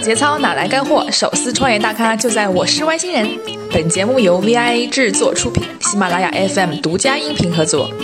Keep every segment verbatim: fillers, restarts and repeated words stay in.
节操哪来干货，手撕创业大咖就在我是外星人。本节目由 V I A 制作出品，喜马拉雅 F M 独家音频合作。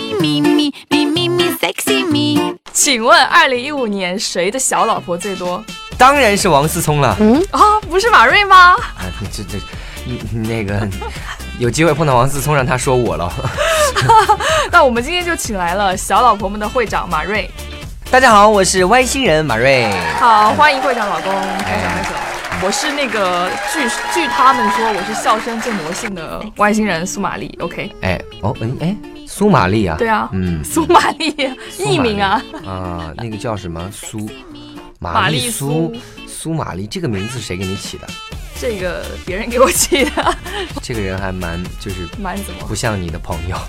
请问二零一五年谁的小老婆最多？ 当然是王思聪了。 嗯啊，不是马瑞吗？ 啊，这这，那个有机会碰到王思聪，让他说我了。 那我们今天就请来了小老婆们的会长马瑞。 大家好，我是外星人马瑞。 好，欢迎会长老公。拍手拍手。我是那个据据他们说我是笑声最魔性的外星人苏玛丽。OK。 哎哦哎哎，苏玛丽啊。 对啊。 嗯。 苏玛丽艺名啊。 啊，那个叫什么苏玛丽苏苏玛丽，这个名字谁给你起的？ 这个别人给我起的。 这个人还蛮就是蛮怎么不像你的朋友。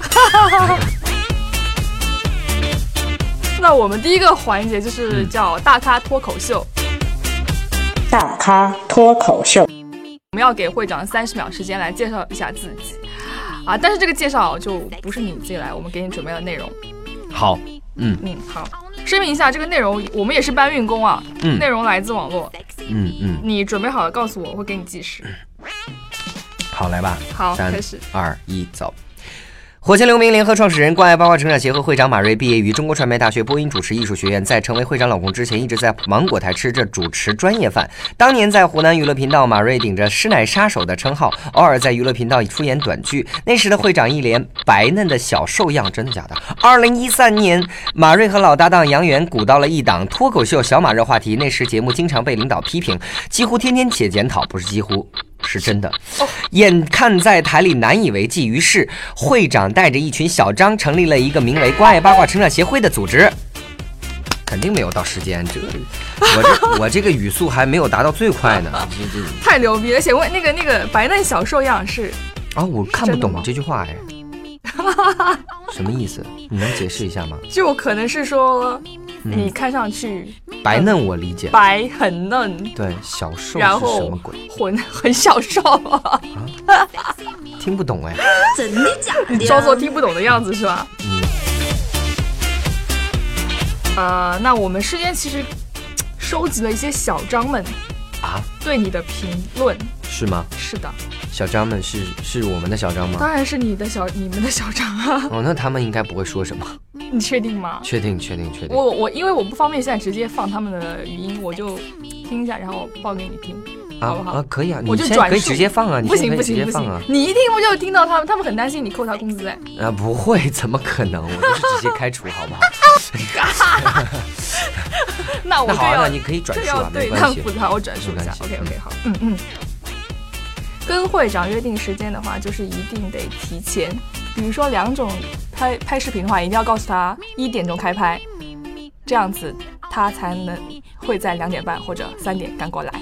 那我们第一个环节就是叫大咖脱口秀。 大咖脱口秀， 我们要给会长三十秒时间来介绍一下自己啊，但是这个介绍就不是你自己来，我们给你准备了内容。 好，嗯嗯，好。声明一下，这个内容我们也是搬运工啊，嗯，内容来自网络， 嗯嗯， 你准备好了告诉我，我会给你计时。 好，来吧， 好， 三开始， 二一，走。火箭流明联合创始人、关爱八卦成长协会会长马瑞毕业于中国传媒大学播音主持艺术学院，在成为会长老公之前，一直在芒果台吃着主持专业饭。当年在湖南娱乐频道，马瑞顶着师奶杀手的称号，偶尔在娱乐频道出演短剧。那时的会长一脸白嫩的小瘦样，真的假的？二零一三年，马瑞和老搭档杨元鼓捣了一档脱口秀小马热话题，那时节目经常被领导批评，几乎天天写检讨，不是几乎。是真的，眼看在台里难以为继，于是会长带着一群小张成立了一个名为关爱八卦成长协会的组织。肯定没有到时间，这我这我这个语速还没有达到最快呢，这这太牛逼了！请问那个那个白嫩小瘦样是啊，我看不懂这句话哎，什么意思？你能解释一下吗？ 就可能是说你看上去、 嗯、白嫩，我理解， 白很嫩， 对，小瘦然是什么鬼？ 混很小瘦啊， 啊听不懂哎， 真的假的？你装作听不懂的样子是吧？ 嗯。 呃，那我们事先其实收集了一些小张们啊对你的评论， 是吗？ 是的。 小张们是是我们的小张吗？ 当然是你的小你们的小张啊。 哦，那他们应该不会说什么。 你确定吗？ 确定确定确定。 我我因为我不方便现在直接放他们的语音，我就听一下，然后报给你听， 啊、 好不好？ 啊，可以啊， 我就转述， 可以直接放啊，你不行不行不行， 你一听不就听到他们，他们很担心你扣他工资哎。 啊，不会，怎么可能？我就是直接开除，好不好？ 那我那好、啊，那你可以转述啊， 对， 没关系。 负责我转述一下 ，OK OK 好，嗯嗯。跟会长约定时间的话，就是一定得提前。比如说两种拍拍视频的话，一定要告诉他一点钟开拍，这样子他才能会在两点半或者三点赶过来。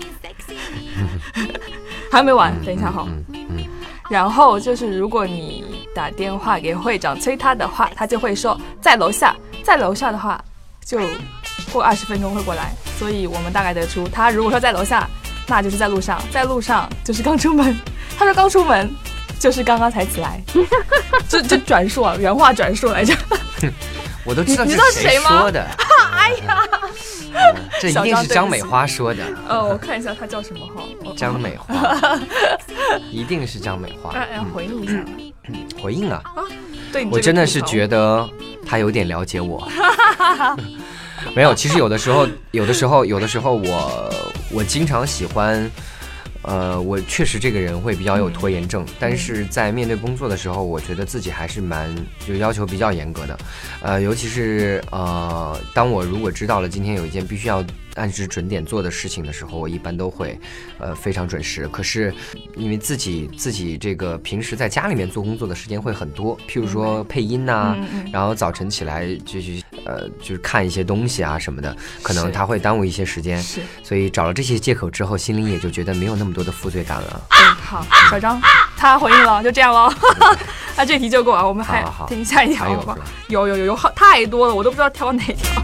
还没完，等一下哈。 嗯嗯嗯、 然后就是如果你打电话给会长催他的话，他就会说在楼下，在楼下的话就过二十分钟会过来。所以我们大概得出，他如果说在楼下，那就是在路上，在路上就是刚出门。他说刚出门就是刚刚才起来。这这转述啊，原话转述来着。 我都知道是谁说的。 哎呀、 嗯，这一定是张美花说的。 呃，我看一下她叫什么号。 张美花，一定是张美花。 哎哎，回应一下。 嗯，回应啊。 啊，对， 我真的是觉得她有点了解我。没有，其实有的时候，有的时候，有的时候我我经常喜欢。呃，我确实这个人会比较有拖延症，嗯、但是在面对工作的时候，我觉得自己还是蛮就要求比较严格的，呃，尤其是呃，当我如果知道了今天有一件必须要按时准点做的事情的时候，我一般都会呃非常准时。可是因为自己自己这个平时在家里面做工作的时间会很多，譬如说配音呐、啊，嗯、然后早晨起来就是呃就是看一些东西啊什么的，可能它会耽误一些时间，所以找了这些借口之后，心里也就觉得没有那么多的负罪感了。 嗯，好，小张他回应了，就这样了。那这题就够啊，我们还听下一条好吧？有有有有太多了，我都不知道挑哪条。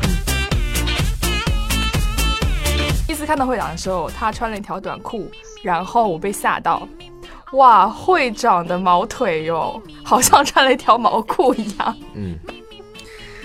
第一次看到会长的时候，他穿了一条短裤，然后我被吓到，哇，会长的毛腿哟，好像穿了一条毛裤一样。 嗯，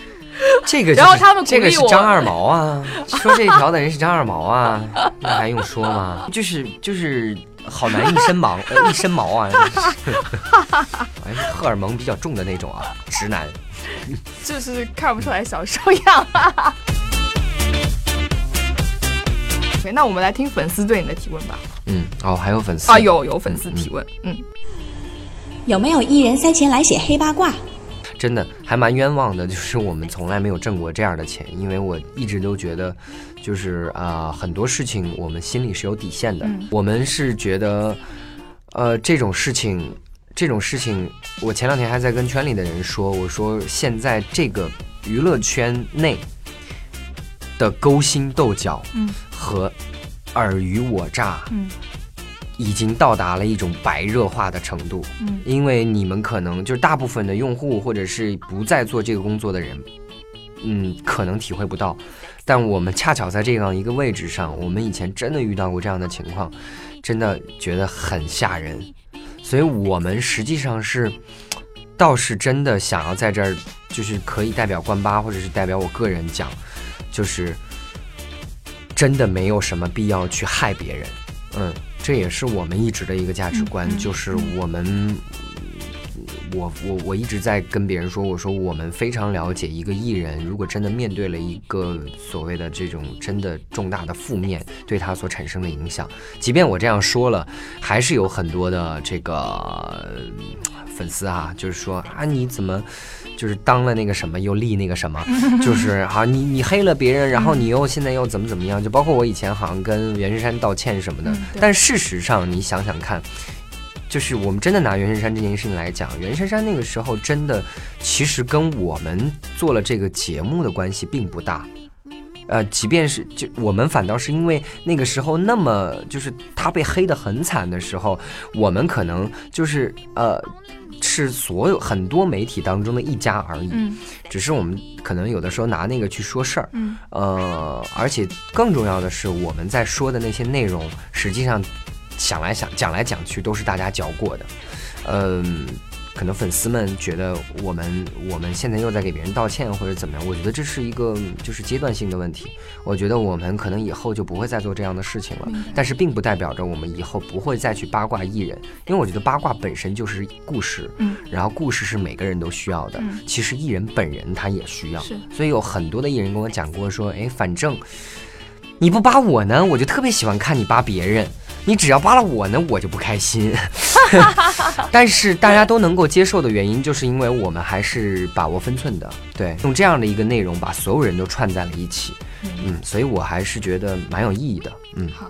这个、就是、 然后他们鼓这励我， 个是张二毛啊，说这条的人是张二毛啊，那还用说吗？就是就是好男一身毛，呃、一身毛啊，还是荷尔蒙比较重的那种啊，直男， 就是看不出来小瘦样啊。OK， 那我们来听粉丝对你的提问吧。 嗯，哦，还有粉丝啊，有有粉丝提问，嗯，嗯有没有一人塞钱来写黑八卦？ 真的还蛮冤枉的，就是我们从来没有挣过这样的钱，因为我一直都觉得，就是啊、呃，很多事情我们心里是有底线的。嗯、我们是觉得，呃，这种事情，这种事情，我前两天还在跟圈里的人说，我说现在这个娱乐圈内的勾心斗角和尔虞我诈，嗯。已经到达了一种白热化的程度，嗯，因为你们可能就是大部分的用户或者是不再做这个工作的人，嗯，可能体会不到，但我们恰巧在这样一个位置上，我们以前真的遇到过这样的情况，真的觉得很吓人，所以我们实际上是倒是真的想要在这儿，就是可以代表关八或者是代表我个人讲，就是真的没有什么必要去害别人，嗯。这也是我们一直的一个价值观，嗯、就是我们，我我我一直在跟别人说，我说我们非常了解一个艺人，如果真的面对了一个所谓的这种真的重大的负面对他所产生的影响，即便我这样说了，还是有很多的这个粉丝啊，就是说啊你怎么就是当了那个什么又立那个什么，就是好、啊、你你黑了别人，然后你又现在又怎么怎么样，就包括我以前好像跟袁姗姗道歉什么的，嗯、但事实上你想想看，就是我们真的拿袁姗姗这件事情来讲，袁姗姗那个时候真的其实跟我们做了这个节目的关系并不大。呃，即便是就我们反倒是因为那个时候那么就是他被黑得很惨的时候，我们可能就是呃是所有很多媒体当中的一家而已，嗯，只是我们可能有的时候拿那个去说事儿，嗯，呃，而且更重要的是我们在说的那些内容，实际上想来想讲来讲去都是大家嚼过的，嗯、呃。可能粉丝们觉得我们我们现在又在给别人道歉或者怎么样，我觉得这是一个就是阶段性的问题。我觉得我们可能以后就不会再做这样的事情了，但是并不代表着我们以后不会再去八卦艺人，因为我觉得八卦本身就是故事，嗯，然后故事是每个人都需要的，嗯、其实艺人本人他也需要，所以有很多的艺人跟我讲过说，哎，反正你不扒我呢，我就特别喜欢看你扒别人。你只要扒了我呢，我就不开心。但是大家都能够接受的原因，就是因为我们还是把握分寸的，对，用这样的一个内容把所有人都串在了一起，嗯，所以我还是觉得蛮有意义的，嗯。好，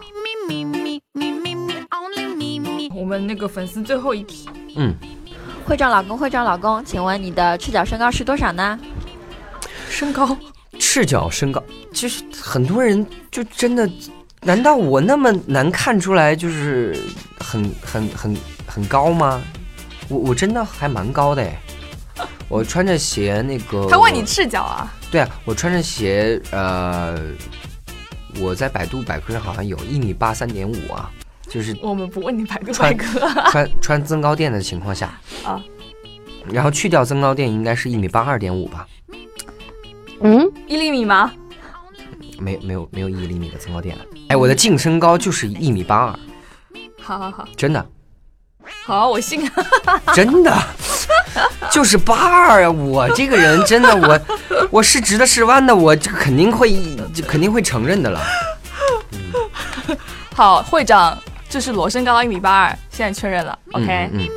我们那个粉丝最后一题， 嗯，会长老公，会长老公，请问你的赤脚身高是多少呢？ 身高， 赤脚身高，其实很多人就真的。难道我那么难看出来就是很很很很高吗？我我真的还蛮高的哎，我穿着鞋那个。 他问你赤脚啊？ 对啊，我穿着鞋，呃，我在百度百科上好像有一米八三点五啊，就是我们不问你百度百科。 穿穿增高垫的情况下啊，然后去掉增高垫应该是一米八二点五吧？ 嗯，一厘米吗？ 没没有没有一厘米的增高垫了。哎，我的净身高就是一米八二。 好好好， 真的。 好，我信。 真的，就是八二啊！我这个人真的，我我是直的是弯的，我这肯定会就肯定会承认的了。 嗯、好，会长，这是裸身高一米八二，现在确认了。OK。嗯嗯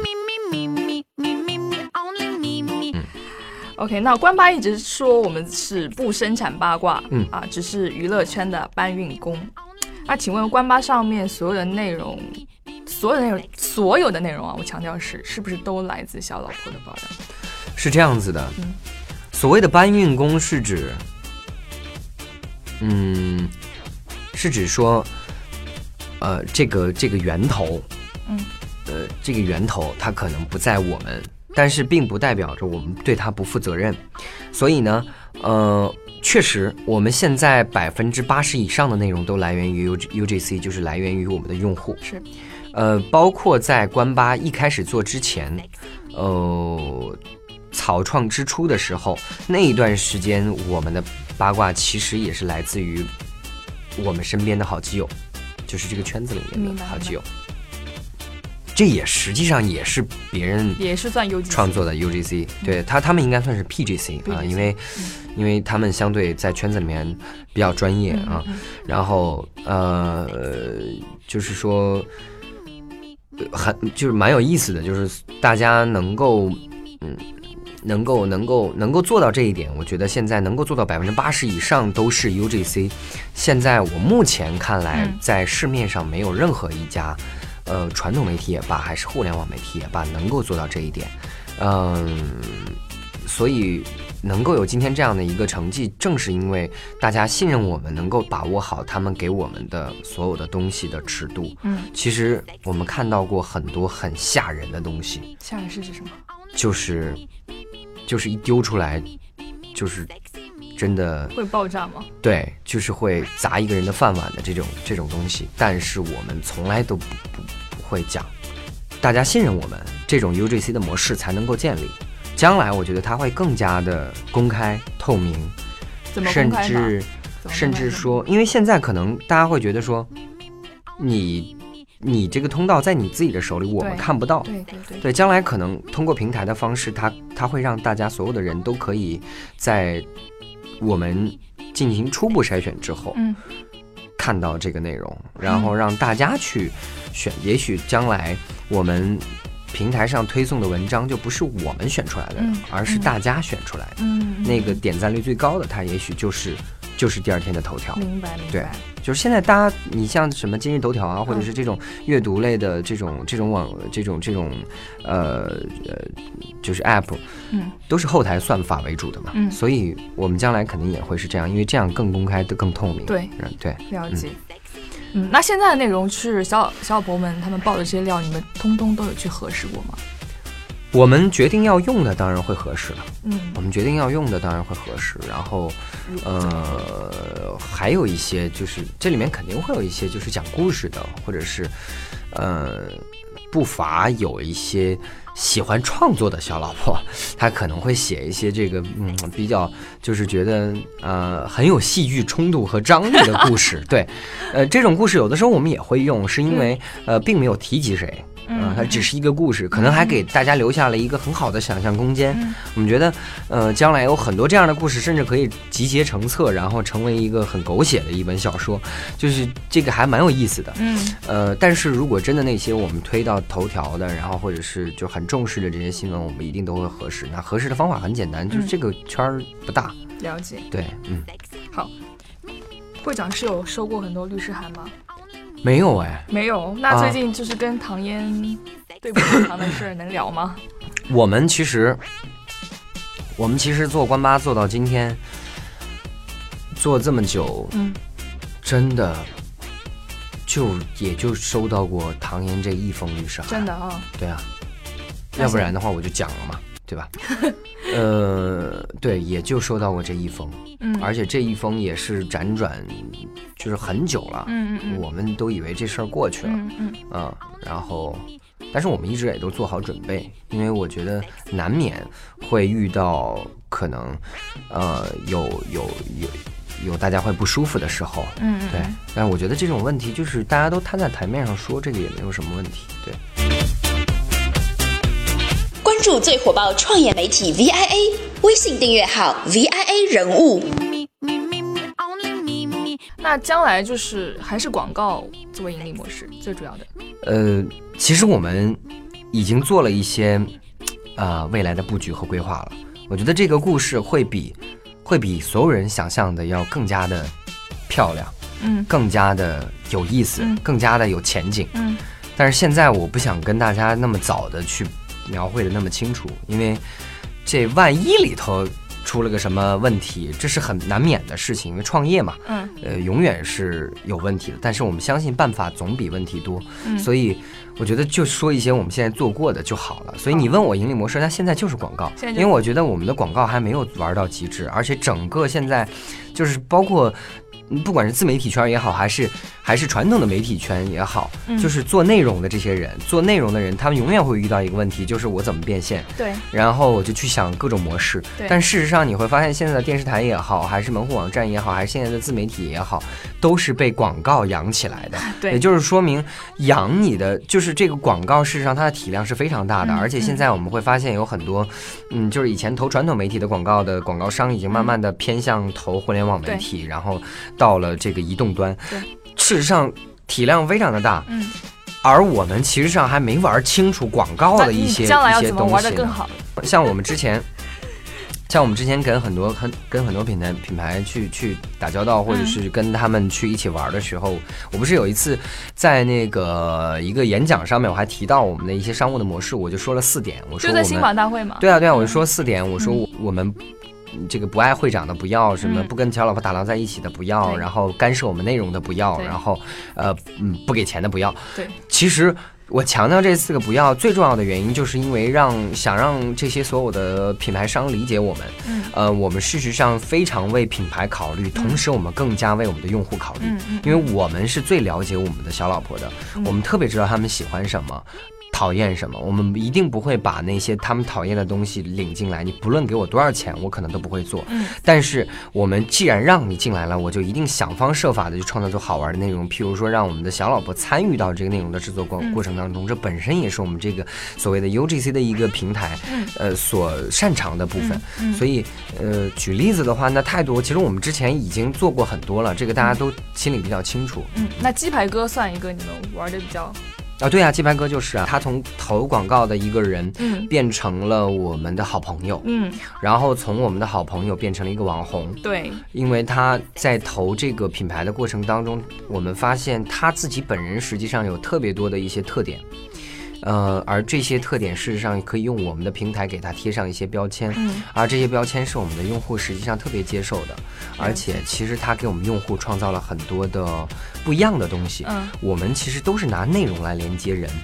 OK， 那关八一直说我们是不生产八卦，嗯啊，只是娱乐圈的搬运工。那请问关八上面所有的内容，所有的内容，所有的内容啊，我强调是，是不是都来自小老婆的爆料？ 是这样子的，嗯，所谓的搬运工是指，嗯，是指说，呃，这个这个源头，嗯，呃，这个源头它可能不在我们。但是并不代表着我们对他不负责任，所以呢，呃，确实，我们现在百分之八十以上的内容都来源于 U G C， 就是来源于我们的用户。 是， 呃，包括在关八一开始做之前，呃， 草创之初的时候，那一段时间我们的八卦其实也是来自于我们身边的好基友，就是这个圈子里面的好基友。这也实际上也是别人也是算 U G C 创作的 U G C， 对他他们应该算是 P G C 啊，因为、嗯、因为他们相对在圈子里面比较专业啊，嗯嗯、然后呃就是说很就是蛮有意思的，就是大家能够嗯能够能够能够做到这一点，我觉得现在能够做到百分之八十以上都是 U G C， 现在我目前看来，在市面上没有任何一家。呃，传统媒体也罢，还是互联网媒体也罢，能够做到这一点，嗯，所以能够有今天这样的一个成绩，正是因为大家信任我们，能够把握好他们给我们的所有的东西的尺度。嗯，其实我们看到过很多很吓人的东西。 吓人是指什么？就是就是一丢出来，就是真的会爆炸吗？ 对，就是会砸一个人的饭碗的这种这种东西，但是我们从来都不不不会讲，大家信任我们，这种 U G C 的模式才能够建立。将来我觉得它会更加的公开透明， 怎么公开甚至甚至说，因为现在可能大家会觉得说，你你这个通道在你自己的手里，我们看不到。 对对对。 对，将来可能通过平台的方式，它它会让大家所有的人都可以在我们进行初步筛选之后，嗯，看到这个内容，然后让大家去选。嗯、也许将来我们平台上推送的文章就不是我们选出来的，嗯、而是大家选出来的。嗯，那个点赞率最高的，它也许就是就是第二天的头条。 明白明白。 对，就是现在大家，你像什么今日头条啊，或者是这种阅读类的这种这种网这种这种呃呃，就是 app， 嗯，都是后台算法为主的嘛，嗯，所以我们将来肯定也会是这样，因为这样更公开的更透明。 对， 嗯，对， 了解。嗯, 嗯，那现在的内容是小小老婆们他们报的这些料，你们通通都有去核实过吗？ 我们决定要用的当然会核实了，嗯，我们决定要用的当然会核实，然后，呃，还有一些就是这里面肯定会有一些就是讲故事的，或者是，呃，不乏有一些喜欢创作的小老婆，她可能会写一些这个嗯比较就是觉得呃很有戏剧冲突和张力的故事，对，呃，这种故事有的时候我们也会用，是因为呃并没有提及谁。嗯、呃，它只是一个故事，可能还给大家留下了一个很好的想象空间。嗯、我们觉得，呃，将来有很多这样的故事，甚至可以集结成册，然后成为一个很狗血的一本小说，就是这个还蛮有意思的。嗯，呃，但是如果真的那些我们推到头条的，然后或者是就很重视的这些新闻，我们一定都会核实。那核实的方法很简单，就是这个圈儿不大。 了解。 对，嗯。 好，会长是有收过很多律师函吗？ 没有哎， 没有。那最近就是跟唐嫣对簿公堂的事能聊吗？ 我们其实，我们其实做关八做到今天，做这么久，嗯，真的就也就收到过唐嫣这一封律师函。 真的啊、哦？ 对啊，要不然的话我就讲了嘛，对吧？呃，对，也就收到过这一封，嗯，而且这一封也是辗转，就是很久了，嗯嗯，我们都以为这事儿过去了，嗯嗯，呃，然后，但是我们一直也都做好准备，因为我觉得难免会遇到可能，呃，有有有有大家会不舒服的时候，嗯，对，但是我觉得这种问题就是大家都摊在台面上说，这个也没有什么问题，对。 关注最火爆创业媒体 V I A， 微信订阅号 V I A 人物。 那将来就是还是广告作为盈利模式最主要的。 呃，其实我们已经做了一些呃未来的布局和规划了。我觉得这个故事会比会比所有人想象的要更加的漂亮，嗯，更加的有意思，嗯、更加的有前景，嗯。但是现在我不想跟大家那么早的去描绘的那么清楚，因为这万一里头出了个什么问题，这是很难免的事情，因为创业嘛，嗯，呃，永远是有问题的。但是我们相信办法总比问题多，嗯，所以我觉得就说一些我们现在做过的就好了。所以你问我盈利模式，它现在就是广告，因为我觉得我们的广告还没有玩到极致，而且整个现在就是包括不管是自媒体圈也好，还是还是传统的媒体圈也好，嗯、就是做内容的这些人，做内容的人，他们永远会遇到一个问题，就是我怎么变现。 对。 然后我就去想各种模式。 对。 但事实上你会发现，现在的电视台也好，还是门户网站也好，还是现在的自媒体也好，都是被广告养起来的。 对。 也就是说明养你的就是这个广告，事实上它的体量是非常大的，嗯、而且现在我们会发现有很多，嗯，就是以前投传统媒体的广告的广告商，已经慢慢的偏向投互联网媒体，然后到了这个移动端。 对。 事实上体量非常的大， 嗯， 而我们其实上还没玩清楚广告的一些将来要怎么一些东西玩得更好。 像我们之前，像我们之前跟很多很跟很多品牌品牌去去打交道，或者是跟他们去一起玩的时候，嗯、我不是有一次在那个一个演讲上面，我还提到我们的一些商务的模式，我就说了四点，我说我们就在新榜大会嘛， 对啊对啊，我就说四点，我说我们。这个不爱会长的不要，什么不跟乔老婆打捞在一起的不要，嗯、然后干涉我们内容的不要，然后呃嗯不给钱的不要。 对， 其实我强调这四个不要，最重要的原因就是因为让想让这些所有的品牌商理解我们。嗯，呃，我们事实上非常为品牌考虑，同时我们更加为我们的用户考虑，嗯、因为我们是最了解我们的小老婆的，嗯、我们特别知道他们喜欢什么。讨厌什么，我们一定不会把那些他们讨厌的东西领进来，你不论给我多少钱我可能都不会做，嗯，但是我们既然让你进来了，我就一定想方设法的去创造出好玩的内容，譬如说让我们的小老婆参与到这个内容的制作过过程当中，嗯、这本身也是我们这个所谓的 U G C 的一个平台，嗯、呃所擅长的部分，嗯嗯、所以呃举例子的话，那太多，其实我们之前已经做过很多了，这个大家都心里比较清楚。 嗯，那鸡排哥算一个你们玩的比较啊，对啊，鸡排哥就是啊，他从投广告的一个人，嗯，变成了我们的好朋友，嗯，然后从我们的好朋友变成了一个网红， 对， 因为他在投这个品牌的过程当中，我们发现他自己本人实际上有特别多的一些特点。呃，而这些特点事实上可以用我们的平台给它贴上一些标签，嗯，而这些标签是我们的用户实际上特别接受的，而且其实它给我们用户创造了很多的不一样的东西，嗯，我们其实都是拿内容来连接人。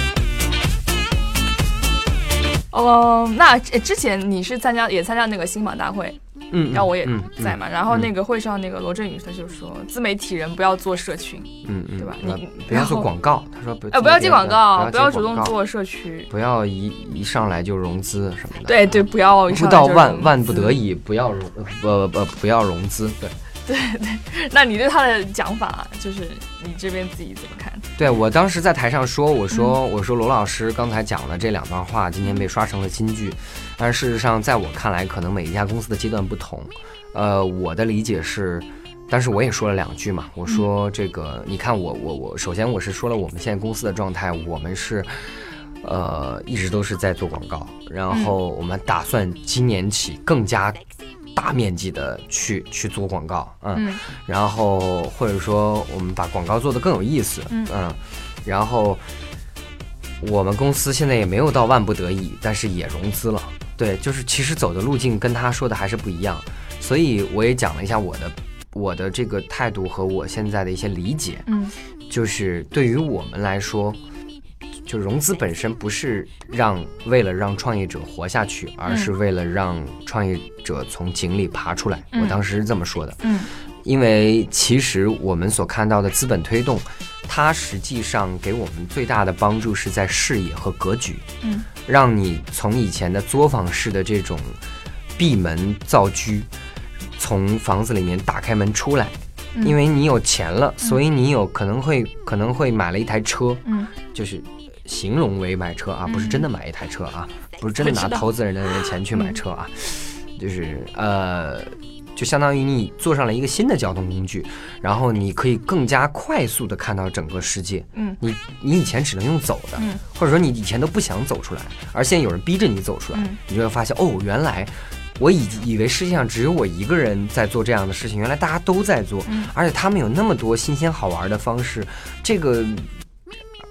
哦，那之前你是参加也参加那个新榜大会？嗯，然后我也在嘛，嗯嗯、然后那个会上那个罗振宇他就说，自媒体人不要做社群，嗯嗯，对吧？你不要做广告，他说不， 呃，不要接广告，不要主动做社区， 不要一一上来就融资什么的， 对对，不要一上来就融资， 不到万万不得已不要融，呃呃不要融资，对。 对对，那你对他的讲法，就是你这边自己怎么看？ 对，我当时在台上说，我说、嗯、我说罗老师刚才讲的这两段话，今天被刷成了金句，但是事实上在我看来，可能每一家公司的阶段不同。呃，我的理解是，但是我也说了两句嘛，我说这个，嗯、你看我我我，首先我是说了我们现在公司的状态，我们是。呃，一直都是在做广告，然后我们打算今年起更加大面积的去去做广告，嗯，嗯然后或者说我们把广告做得更有意思，嗯，嗯然后我们公司现在也没有到万不得已，但是也融资了，对，就是其实走的路径跟他说的还是不一样，所以我也讲了一下我的我的这个态度和我现在的一些理解，嗯，就是对于我们来说。就融资本身不是让为了让创业者活下去，而是为了让创业者从井里爬出来，嗯、我当时是这么说的。嗯，因为其实我们所看到的资本推动，它实际上给我们最大的帮助是在视野和格局，嗯，让你从以前的作坊式的这种闭门造车，从房子里面打开门出来。嗯、因为你有钱了，所以你有可能会可能会买了一台车，嗯，就是形容为买车啊，不是真的买一台车啊，嗯、不是真的拿投资人的钱去买车啊，嗯、就是呃，就相当于你坐上了一个新的交通工具，然后你可以更加快速的看到整个世界，嗯，你你以前只能用走的，嗯，或者说你以前都不想走出来，而现在有人逼着你走出来，嗯、你就会发现哦，原来。我以以为世界上只有我一个人在做这样的事情，原来大家都在做，嗯、而且他们有那么多新鲜好玩的方式，这个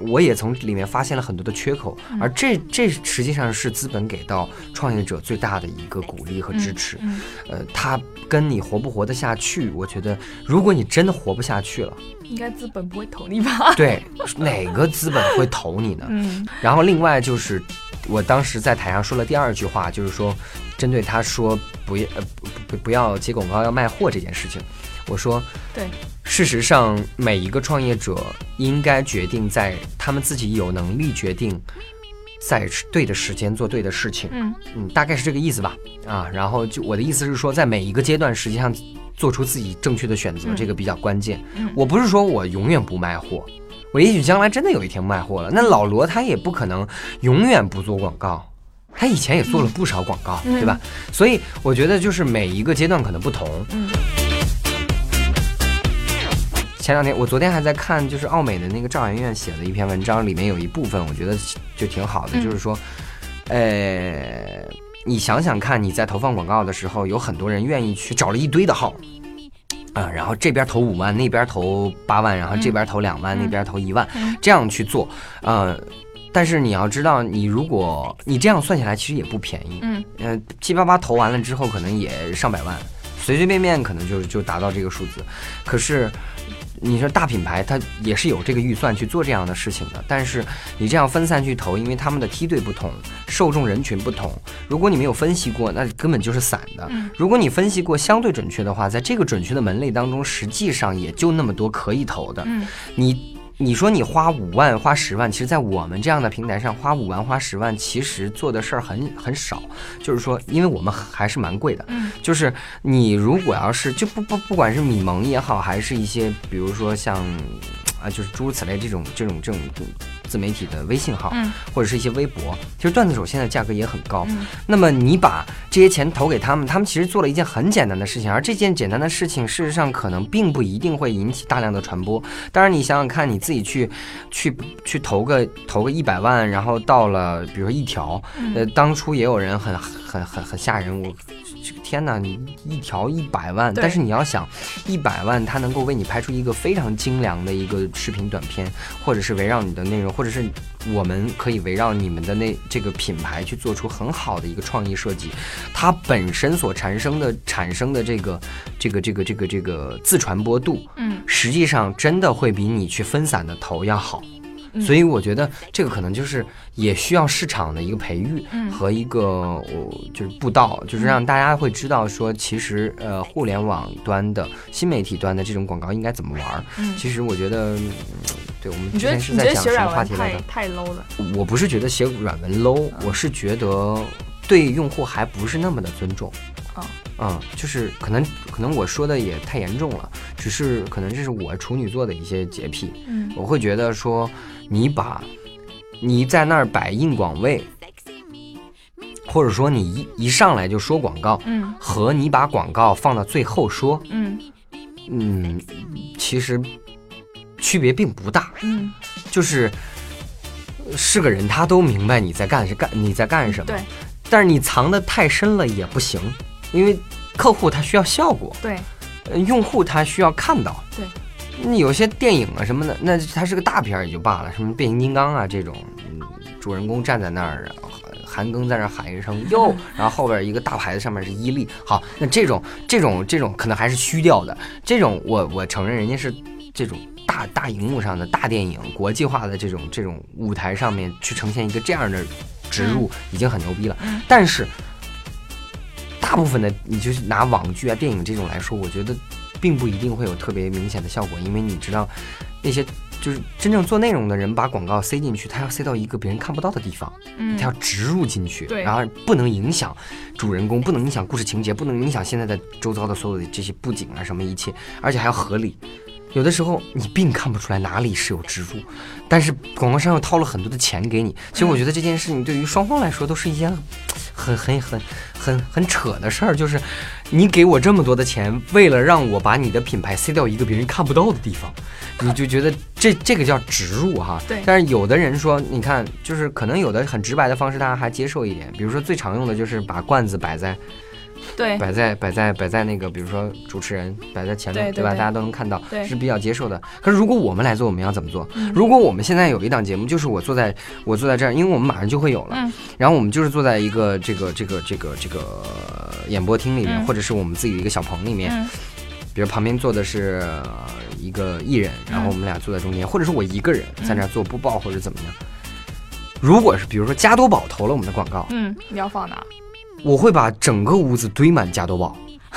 我也从里面发现了很多的缺口，而这这实际上是资本给到创业者最大的一个鼓励和支持。 嗯呃，他跟你活不活得下去，我觉得如果你真的活不下去了， 应该资本不会投你吧？ 对，哪个资本会投你呢？ 嗯， 然后另外就是我当时在台上说了第二句话，就是说针对他说不要呃不不不要接广告要卖货这件事情，我说对， 事实上每一个创业者应该决定在他们自己有能力决定在对的时间做对的事情。 嗯嗯，大概是这个意思吧。啊，然后就我的意思是说，在每一个阶段实际上做出自己正确的选择， 嗯、 这个比较关键。 嗯， 我不是说我永远不卖货，我也许将来真的有一天卖货了。那老罗他也不可能永远不做广告，他以前也做了不少广告， 嗯、 对吧？所以我觉得就是每一个阶段可能不同。 嗯。 前两天我昨天还在看，就是奥美的那个赵媛媛写的一篇文章，里面有一部分我觉得就挺好的， 嗯、 就是说，呃，你想想看，你在投放广告的时候，有很多人愿意去找了一堆的号。啊、呃，然后这边投五万，那边投八万，然后这边投两万，嗯、那边投一万，嗯、这样去做，呃，但是你要知道，你如果你这样算下来，其实也不便宜， 嗯， 呃，七八八投完了之后，可能也上百万，随随便便可能就就达到这个数字，可是。你说大品牌它也是有这个预算去做这样的事情的，但是你这样分散去投，因为他们的梯队不同，受众人群不同，如果你没有分析过，那根本就是散的。如果你分析过相对准确的话，在这个准确的门类当中，实际上也就那么多可以投的。你你说你花五万花十万，其实在我们这样的平台上花五万花十万，其实做的事儿很很少，就是说因为我们还是蛮贵的，就是你如果要是就不不不管是米蒙也好，还是一些比如说像啊就是诸如此类这种这种这种自媒体的微信号，嗯，或者是一些微博，其实段子手现在价格也很高，嗯，那么你把这些钱投给他们，他们其实做了一件很简单的事情，而这件简单的事情事实上可能并不一定会引起大量的传播。当然你想想看，你自己去去去投个投个一百万，然后到了比如说一条，呃，当初也有人很很很很吓人，我这个天哪，你一条一百万，但是你要想一百万，它能够为你拍出一个非常精良的一个视频短片，或者是围绕你的内容，或者是我们可以围绕你们的那这个品牌去做出很好的一个创意设计，它本身所产生的产生的这个这个这个这个这个自传播度，嗯，实际上真的会比你去分散的投要好。所以我觉得这个可能就是也需要市场的一个培育和一个、呃、就是布道，就是让大家会知道说，其实呃互联网端的新媒体端的这种广告应该怎么玩。嗯、其实我觉得，嗯、对我们之前是在讲什么话题来的？ 太 low 了。 我不是觉得写软文 low，、嗯、我是觉得对用户还不是那么的尊重。 哦嗯，就是可能可能我说的也太严重了，只是可能这是我处女座的一些洁癖。嗯，我会觉得说，你把你在那儿摆硬广位，或者说你一一上来就说广告，嗯，和你把广告放到最后说，嗯嗯，其实区别并不大。嗯，就是是个人他都明白你在干是干你在干什么， 对， 但是你藏得太深了也不行。因为客户他需要效果， 对， 呃，用户他需要看到， 对。 你有些电影啊什么的，那它是个大片也就罢了，什么变形金刚啊这种，嗯，主人公站在那儿，韩庚在那儿喊一声哟，然后后边一个大牌子上面是伊利，好，那这种这种这种可能还是虚掉的，这种我我承认人家是这种大大荧幕上的大电影，国际化的这种这种舞台上面去呈现一个这样的植入，已经很牛逼了，嗯、但是。大部分的你就是拿网剧啊电影这种来说，我觉得并不一定会有特别明显的效果，因为你知道那些就是真正做内容的人把广告塞进去，他要塞到一个别人看不到的地方，嗯，他要植入进去，然后不能影响主人公，不能影响故事情节，不能影响现在的周遭的所有的这些布景啊什么一切，而且还要合理。有的时候你并看不出来哪里是有植入，但是广告商又掏了很多的钱给你。其实我觉得这件事情对于双方来说都是一件很很很很很扯的事儿，就是你给我这么多的钱，为了让我把你的品牌塞到一个别人看不到的地方，你就觉得这这个叫植入哈。 对。 但是有的人说，你看，就是可能有的很直白的方式大家还接受一点，比如说最常用的就是把罐子摆在对， 摆在摆在摆在那个，比如说主持人摆在前面， 对对吧？ 对大家都能看到， 对是比较接受的。可是如果我们来做，我们要怎么做？ 嗯、 如果我们现在有一档节目，就是我坐在我坐在这儿，因为我们马上就会有了， 嗯、 然后我们就是坐在一个这个这个这个这个演播厅里面， 嗯、 或者是我们自己的一个小棚里面。 嗯比如旁边坐的是一个艺人，然后我们俩坐在中间，嗯、或者是我一个人在那做播报或者怎么样。如果是比如说加多宝投了我们的广告， 嗯，你要放哪？ 我会把整个屋子堆满加多宝，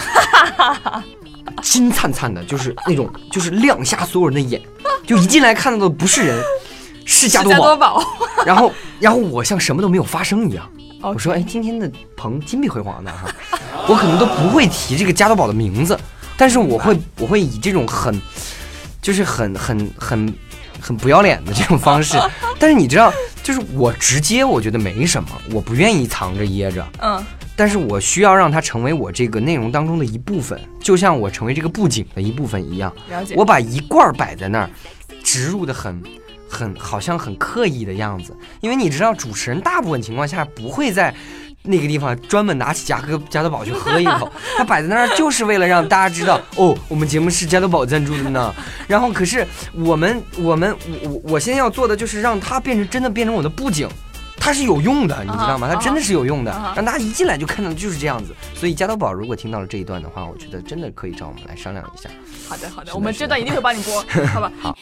金灿灿的，就是那种就是亮瞎所有人的眼，就一进来看到的不是人，是加多宝。 加多宝然后然后我像什么都没有发生一样。 Okay. 我说哎，今天的棚金碧辉煌的哈，我可能都不会提这个加多宝的名字。但是我会我会以这种很就是很很很很不要脸的这种方式，但是你知道，就是我直接我觉得没什么，我不愿意藏着掖着， 嗯， 但是我需要让它成为我这个内容当中的一部分，就像我成为这个布景的一部分一样。 了解。 我把一罐摆在那儿，植入的很很好像很刻意的样子，因为你知道，主持人大部分情况下不会在那个地方专门拿起加多加多宝去喝一口，他摆在那儿就是为了让大家知道，哦，我们节目是加多宝赞助的呢。然后可是我们我们我我现在要做的就是让它变成真的变成我的布景，它是有用的，你知道吗？它真的是有用的，让大家一进来就看到就是这样子。所以加多宝如果听到了这一段的话，我觉得真的可以找我们来商量一下。 好的好的，我们这段一定会帮你播，好吧？ 好。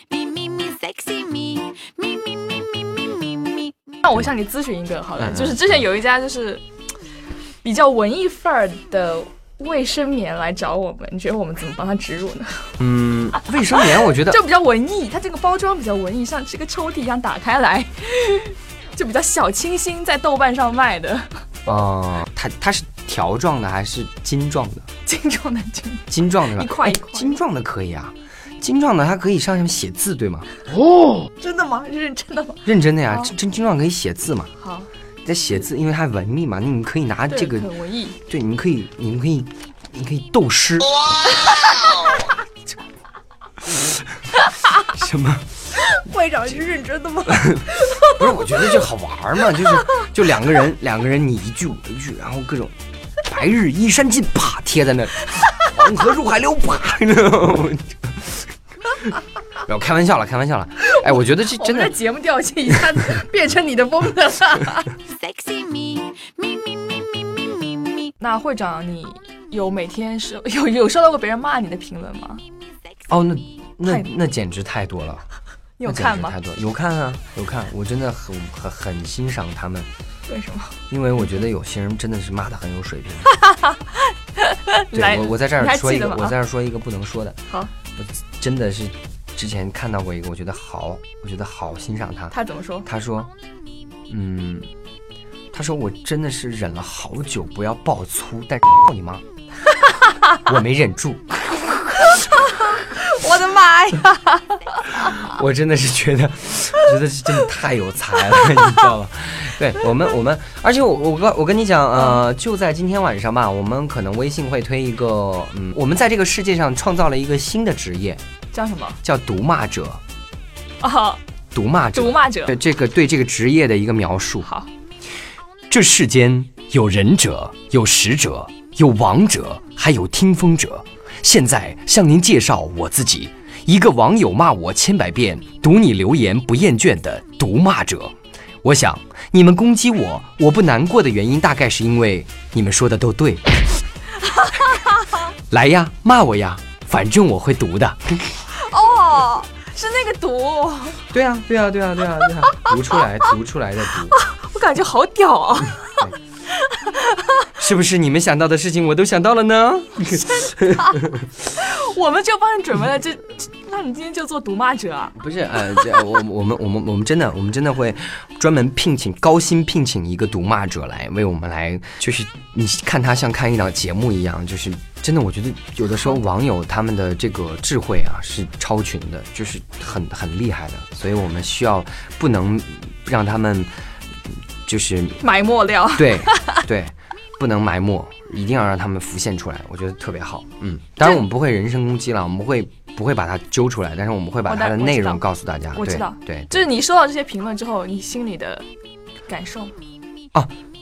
那我向你咨询一个好了， 嗯、 就是之前有一家就是比较文艺范儿的卫生棉来找我们，你觉得我们怎么帮他植入呢？ 嗯，卫生棉我觉得就比较文艺，它这个包装比较文艺，像这个抽屉一样打开来，就比较小清新，在豆瓣上卖的。 哦、呃，它它是条状的还是金状的？ 金状的金， 金状的一块一块， 金状的可以啊。金状的它可以上面写字，对吗？ 哦，真的吗？认真的吗？ 认真的呀，真金状可以写字嘛？ 好， 在写字，因为它文艺嘛，你们可以拿这个， 很文艺。 对，你们可以，你们可以，你可以斗诗。什么？ 会长是认真的吗？ 不是，我觉得就好玩嘛，就是就两个人，两个人你一句我一句，然后各种白日依山尽，啪贴在那里。黄河入海流，啪！没有开玩笑了，开玩笑了。哎，我觉得这真的， 我们的节目调性一下子变成你的风格了。那会长，你有每天收有有收到过别人骂你的评论吗？ 哦，那那那简直太多了。 你有看吗？ 太多，有看啊，有看。我真的很很很欣赏他们。 为什么？ 因为我觉得有些人真的是骂得很有水平。 对， 我我在这儿说一个，我在这儿说一个不能说的。 好， 我真的是之前看到过一个，我觉得好，我觉得好欣赏他。 他怎么说？ 他说，嗯，他说我真的是忍了好久不要爆粗，但是你妈，我没忍住。 我的妈呀！ 我真的是觉得，觉得是真的太有才了，你知道吗？对我们，我们，而且我我跟我跟你讲，呃，就在今天晚上吧，我们可能微信会推一个，嗯，我们在这个世界上创造了一个新的职业， 叫什么？ 叫毒骂者。 啊， 毒骂者， 毒骂者， 对这个对这个职业的一个描述。 好， 这世间有仁者，有识者，有王者，还有听风者。现在向您介绍我自己，一个网友骂我千百遍，读你留言不厌倦的毒骂者。我想你们攻击我，我不难过的原因大概是因为你们说的都对。来呀，骂我呀，反正我会读的。 哦，是那个毒。 对啊，对啊，对啊，对啊，对啊，读出来，读出来的读。 我感觉好屌啊！ 是不是你们想到的事情我都想到了呢？ 我们就帮你准备了这，那你今天就做毒骂者啊？ 不是，呃，这我我们我们我们真的我们真的会专门聘请高薪聘请一个毒骂者来为我们来，就是你看他像看一档节目一样，就是真的，我觉得有的时候网友他们的这个智慧啊是超群的，就是很很厉害的，所以我们需要不能让他们就是埋没掉， 对对。不能埋没，一定要让他们浮现出来，我觉得特别好。嗯，当然我们不会人身攻击了，我们会不会把它揪出来，但是我们会把它的内容告诉大家。 我知道， 对， 就是你收到这些评论之后，你心里的感受。 哦，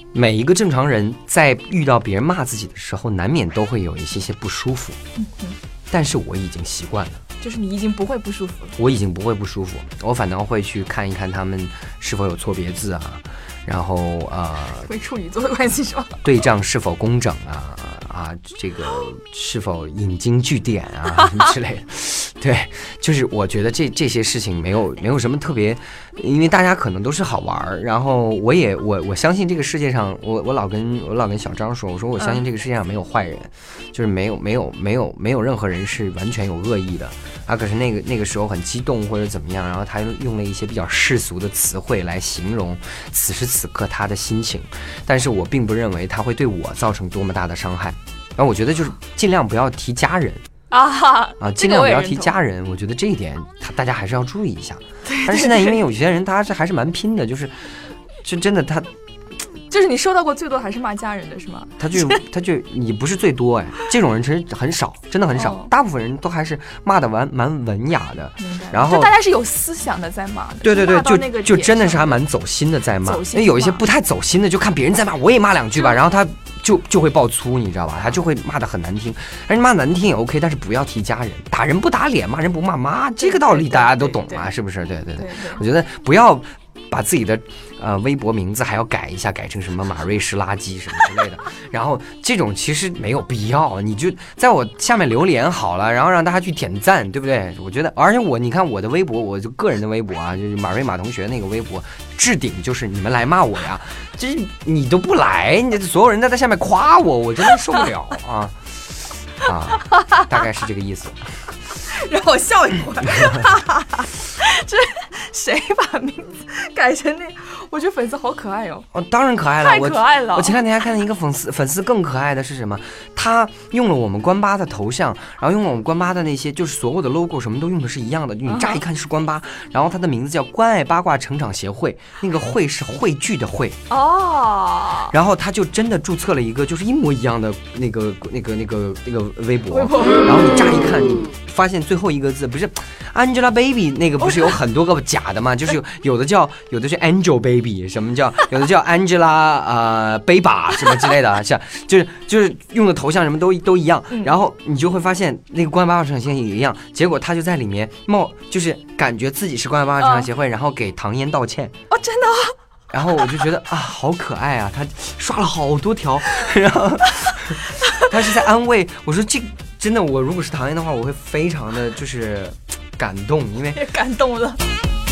每一个正常人在遇到别人骂自己的时候，难免都会有一些些不舒服。 嗯嗯， 但是我已经习惯了， 就是你已经不会不舒服了。 我已经不会不舒服，我反倒会去看一看他们是否有错别字啊，然后呃， 为处女座的关系是吧？ 对仗是否工整啊啊，这个是否引经据典啊什么之类的。对，就是我觉得这这些事情没有没有什么特别，因为大家可能都是好玩，然后我也我我相信这个世界上，我我老跟我老跟小张说，我说我相信这个世界上没有坏人，嗯、就是没有没有没有没有任何人是完全有恶意的啊。可是那个那个时候很激动或者怎么样，然后他用了一些比较世俗的词汇来形容此时此刻他的心情，但是我并不认为他会对我造成多么大的伤害。然后我觉得就是尽量不要提家人。 啊啊，尽量不要提家人，我觉得这一点他大家还是要注意一下。但是现在因为有些人他是还是蛮拼的，就是就真的他就是你收到过最多还是骂家人的是吗？ 他就他就你不是最多哎，这种人其实很少，真的很少，哦、大部分人都还是骂的蛮蛮文雅的。然后就大家是有思想的在骂的。 对对对，就就真的是还蛮走心的在骂。因为有一些不太走心的，就看别人在骂，我也骂两句吧，然后他。就就会爆粗，你知道吧？他就会骂得很难听，而且骂难听也 OK， 但是不要提家人，打人不打脸，骂人不骂妈，这个道理大家都懂啊，是不是？对对 对, 对, 对, 对，我觉得不要把自己的呃微博名字还要改一下，改成什么马瑞是垃圾什么之类的，然后这种其实没有必要，你就在我下面留言好了，然后让大家去点赞，对不对？我觉得，而且我你看我的微博，我就个人的微博啊，就是马瑞马同学那个微博。置顶就是你们来骂我呀，就是你都不来，你所有人在在下面夸我，我真的受不了啊啊，大概是这个意思。 让我笑一会儿，这谁把名字改成那？我觉得粉丝好可爱哦。 哦，当然可爱了， 太可爱了。 我, 我前两天还看到一个粉丝，粉丝更可爱的是什么？他用了我们关八的头像，然后用了我们关八的那些，就是所有的 logo 什么都用的是一样的，你乍一看是关八，然后他的名字叫关爱八卦成长协会，那个会是汇聚的会哦。 然后他就真的注册了一个就是一模一样的那个那个那个那个微博，然后你乍一看你发现最后一个字不是 Angelababy 那个不是有很多个假的吗？就是有有的叫有的是 Angelababy， 什么叫有的叫 Angela 呃 Baby 什么之类的，像就是就是用的头像什么都都一样，然后你就会发现那个关爱八卦成长协会也一样，结果他就在里面冒就是感觉自己是关爱八卦成长协会，然后给唐嫣道歉。 哦，真的、哦。 然后我就觉得啊，好可爱啊！他刷了好多条，然后他是在安慰我说：“这真的，我如果是唐嫣的话，我会非常的就是感动，因为也感动了。”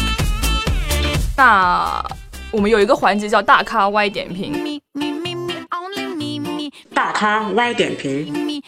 那我们有一个环节叫大咖 Y 点评， 大咖 Y 点评。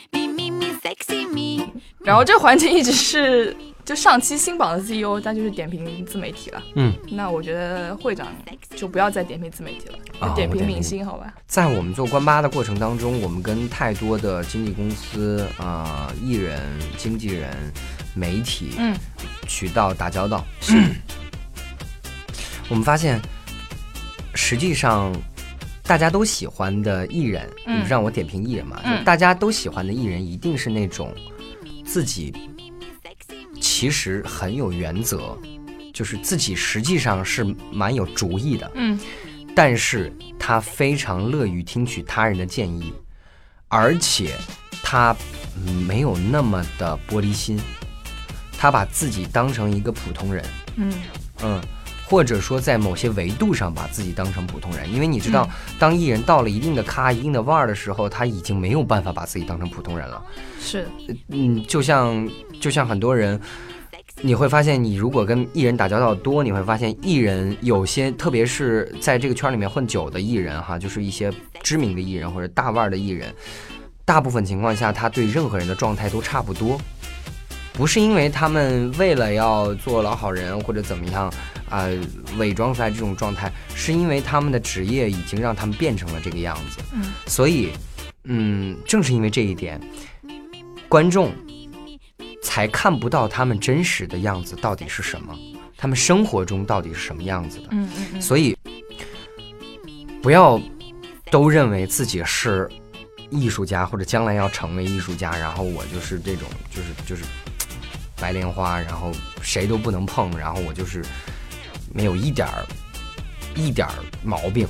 然后这个环节一直是。就上期新榜的 C E O， 他就是点评自媒体了。嗯，那我觉得会长就不要再点评自媒体了，就点评明星好吧？ 在我们做关八的过程当中，我们跟太多的经纪公司、啊、呃、艺人、经纪人、媒体、嗯、渠道打交道。嗯、我们发现，实际上大家都喜欢的艺人，嗯、让我点评艺人嘛、嗯，大家都喜欢的艺人一定是那种自己。其实很有原则，就是自己实际上是蛮有主意的，嗯，但是他非常乐于听取他人的建议，而且他没有那么的玻璃心，他把自己当成一个普通人，嗯嗯，或者说在某些维度上把自己当成普通人，因为你知道，嗯、当艺人到了一定的咖、一定的腕儿的时候，他已经没有办法把自己当成普通人了。 是， 嗯，就像就像很多人，你会发现，你如果跟艺人打交道多，你会发现艺人有些，特别是在这个圈里面混久的艺人哈，就是一些知名的艺人或者大腕的艺人，大部分情况下，他对任何人的状态都差不多。不是因为他们为了要做老好人或者怎么样啊、呃，伪装出来这种状态，是因为他们的职业已经让他们变成了这个样子。嗯，所以，嗯，正是因为这一点，观众才看不到他们真实的样子到底是什么，他们生活中到底是什么样子的。嗯嗯嗯。所以，不要都认为自己是艺术家或者将来要成为艺术家，然后我就是这种，就是就是。白莲花，然后谁都不能碰，然后我就是没有一点儿一点儿毛病，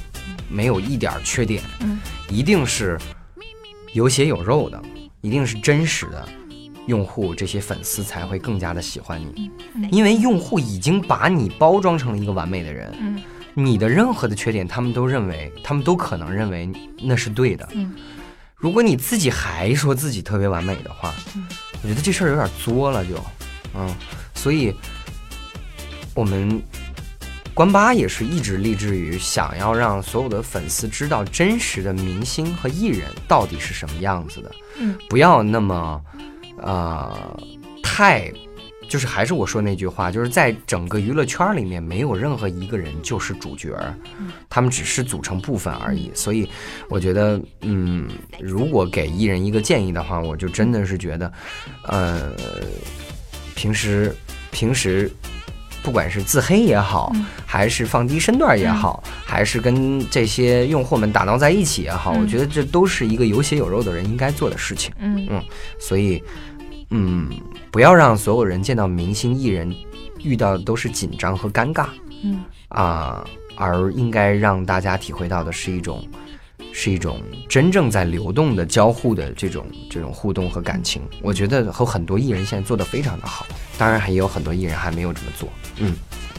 没有一点缺点， 嗯， 一定是有血有肉的，一定是真实的用户，这些粉丝才会更加的喜欢你， 嗯、 因为用户已经把你包装成了一个完美的人， 嗯， 你的任何的缺点，他们都认为，他们都可能认为那是对的， 嗯， 如果你自己还说自己特别完美的话， 嗯， 我觉得这事儿有点作了就，嗯，所以我们关八也是一直立志于想要让所有的粉丝知道真实的明星和艺人到底是什么样子的， 嗯， 不要那么呃太就是还是我说那句话，就是在整个娱乐圈里面没有任何一个人就是主角，他们只是组成部分而已。所以我觉得嗯如果给艺人一个建议的话，我就真的是觉得呃平时平时不管是自黑也好， 嗯、 还是放低身段也好，嗯、还是跟这些用户们打闹在一起也好，嗯、我觉得这都是一个有血有肉的人应该做的事情。 嗯嗯，所以嗯，不要让所有人见到明星艺人遇到的都是紧张和尴尬。 嗯啊、呃，而应该让大家体会到的是一种是一种真正在流动的交互的这种这种互动和感情。我觉得和很多艺人现在做得非常的好，当然还有很多艺人还没有这么做。嗯。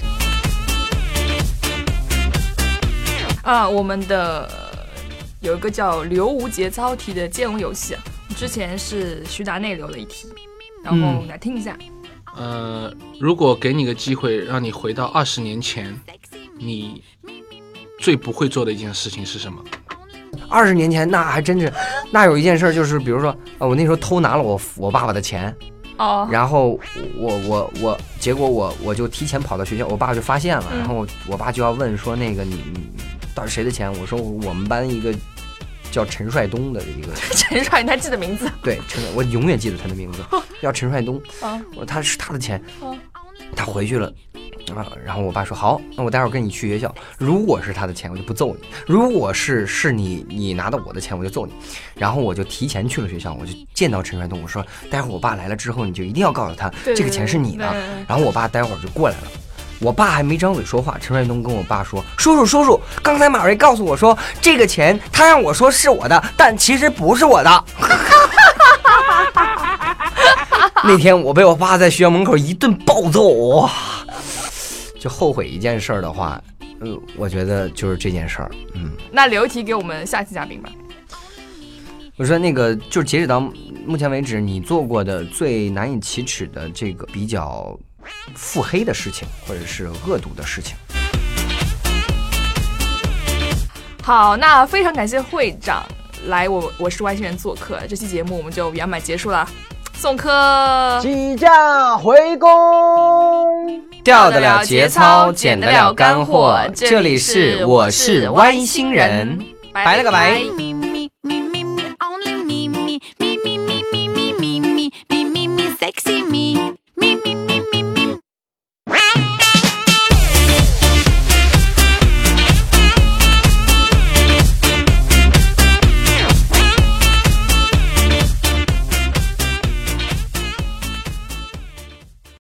啊，我们的有一个叫流无节操题的接龙游戏，之前是徐达内留了一题，然后来听一下。 嗯、呃，如果给你个机会让你回到二十年前，你最不会做的一件事情是什么？ 二十年前那还真是，那有一件事就是，比如说，呃，我那时候偷拿了我我爸爸的钱， 哦， 然后我我我，结果我我就提前跑到学校，我爸就发现了， 嗯、 然后我爸就要问说那个你你到底谁的钱？我说我们班一个叫陈帅东的一个陈帅，你还记得名字？ 对，陈，我永远记得他的名字，叫陈帅东。 啊， 我说他是他的钱， 啊， 他回去了。啊，然后我爸说好，那我待会儿跟你去学校。如果是他的钱，我就不揍你；如果是是你你拿到我的钱，我就揍你。然后我就提前去了学校，我就见到陈帅东，我说待会儿我爸来了之后，你就一定要告诉他这个钱是你的。然后我爸待会儿就过来了，我爸还没张嘴说话，陈帅东跟我爸说：“叔叔叔叔，刚才马瑞告诉我说这个钱他让我说是我的，但其实不是我的。”那天我被我爸在学校门口一顿暴揍，哇！就后悔一件事儿的话，嗯、呃，我觉得就是这件事儿。嗯， 那留题给我们下期嘉宾吧。 我说那个，就是截止到目前为止，你做过的最难以启齿的这个比较腹黑的事情，或者是恶毒的事情。 好，那非常感谢会长来我我是外星人做客，这期节目我们就圆满结束了。送客几架回宫， 掉得了节操，捡得了干货。这里是我是外星人，拜了个拜。